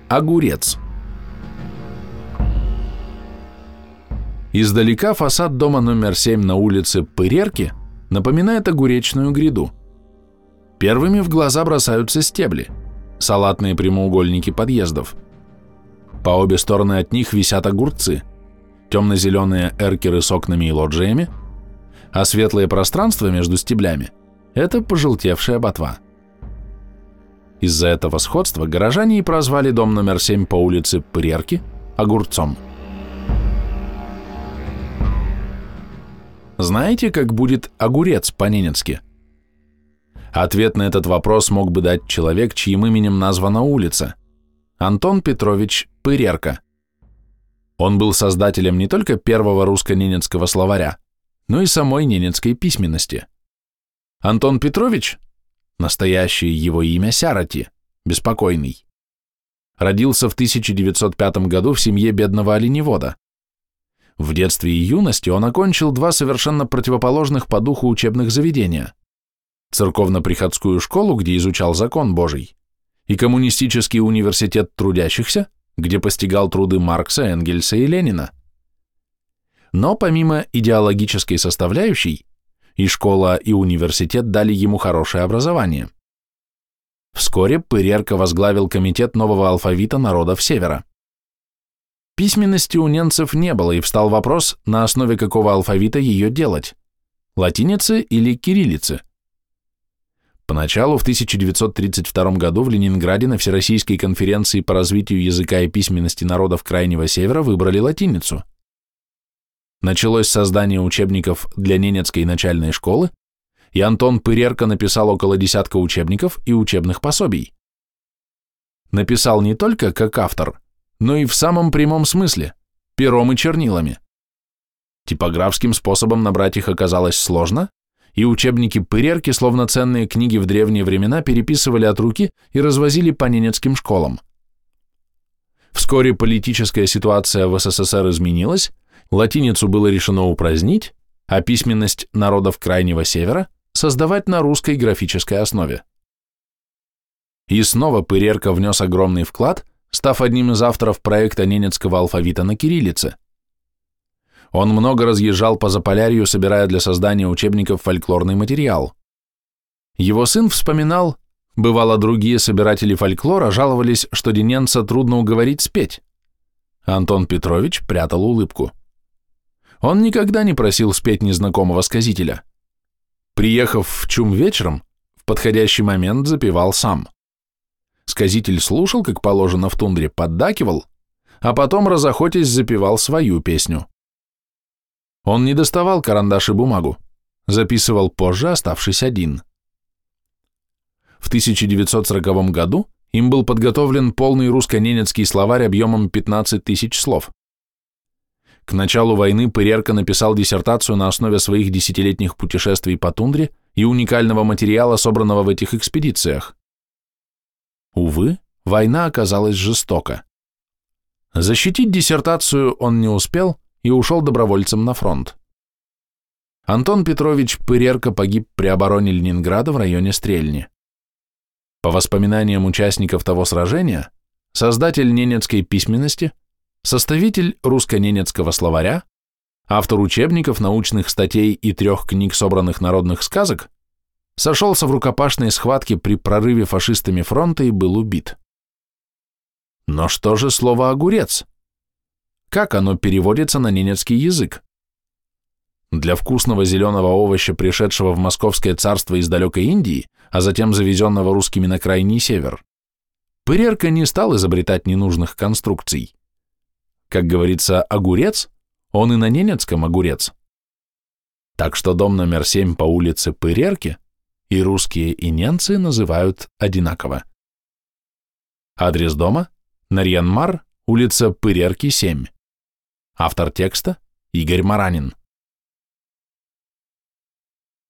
Огурец. Издалека фасад дома номер 7 на улице Пырерки напоминает огуречную гряду. Первыми в глаза бросаются стебли, салатные прямоугольники подъездов. По обе стороны от них висят огурцы, темно-зеленые эркеры с окнами и лоджиями, а светлое пространство между стеблями – это пожелтевшая ботва. Из-за этого сходства горожане и прозвали дом номер 7 по улице Пырерки огурцом. Знаете, как будет огурец по-ненецки? Ответ на этот вопрос мог бы дать человек, чьим именем названа улица – Антон Петрович Пырерка. Он был создателем не только первого русско-ненецкого словаря, но и самой ненецкой письменности. Антон Петрович, настоящее его имя Сяроти, беспокойный, родился в 1905 году в семье бедного оленевода. В детстве и юности он окончил два совершенно противоположных по духу учебных заведения – церковно-приходскую школу, где изучал закон Божий, и коммунистический университет трудящихся, где постигал труды Маркса, Энгельса и Ленина. Но помимо идеологической составляющей, и школа, и университет дали ему хорошее образование. Вскоре Пырерка возглавил комитет нового алфавита народов Севера. Письменности у ненцев не было, и встал вопрос, на основе какого алфавита ее делать – латиницы или кириллицы. Поначалу в 1932 году в Ленинграде на Всероссийской конференции по развитию языка и письменности народов Крайнего Севера выбрали латиницу. Началось создание учебников для ненецкой начальной школы, и Антон Пырерка написал около десятка учебников и учебных пособий. Написал не только как автор, но и в самом прямом смысле, пером и чернилами. Типографским способом набрать их оказалось сложно, и учебники Пырерки, словно ценные книги в древние времена, переписывали от руки и развозили по ненецким школам. Вскоре политическая ситуация в СССР изменилась, латиницу было решено упразднить, а письменность народов Крайнего Севера создавать на русской графической основе. И снова Пырерка внес огромный вклад, став одним из авторов проекта ненецкого алфавита на кириллице. Он много разъезжал по Заполярью, собирая для создания учебников фольклорный материал. Его сын вспоминал, бывало, другие собиратели фольклора жаловались, что ненца трудно уговорить спеть. Антон Петрович прятал улыбку. Он никогда не просил спеть незнакомого сказителя. Приехав в чум вечером, в подходящий момент запевал сам. Сказитель слушал, как положено в тундре, поддакивал, а потом, разохотясь, запевал свою песню. Он не доставал карандаш и бумагу, записывал позже, оставшись один. В 1940 году им был подготовлен полный русско-ненецкий словарь объемом 15 тысяч слов. К началу войны Пырерка написал диссертацию на основе своих десятилетних путешествий по тундре и уникального материала, собранного в этих экспедициях. Увы, война оказалась жестока. Защитить диссертацию он не успел и ушел добровольцем на фронт. Антон Петрович Пырерка погиб при обороне Ленинграда в районе Стрельни. По воспоминаниям участников того сражения, создатель ненецкой письменности, составитель русско-ненецкого словаря, автор учебников, научных статей и 3 книг собранных народных сказок, сошелся в рукопашной схватке при прорыве фашистами фронта и был убит. Но что же слово «огурец»? Как оно переводится на ненецкий язык? Для вкусного зеленого овоща, пришедшего в Московское царство из далекой Индии, а затем завезенного русскими на Крайний Север, Пырерка не стал изобретать ненужных конструкций. Как говорится, огурец, он и на ненецком огурец. Так что дом номер 7 по улице Пырерки и русские, и ненцы называют одинаково. Адрес дома – Нарьян-Мар, улица Пырерки, 7. Автор текста – Игорь Маранин.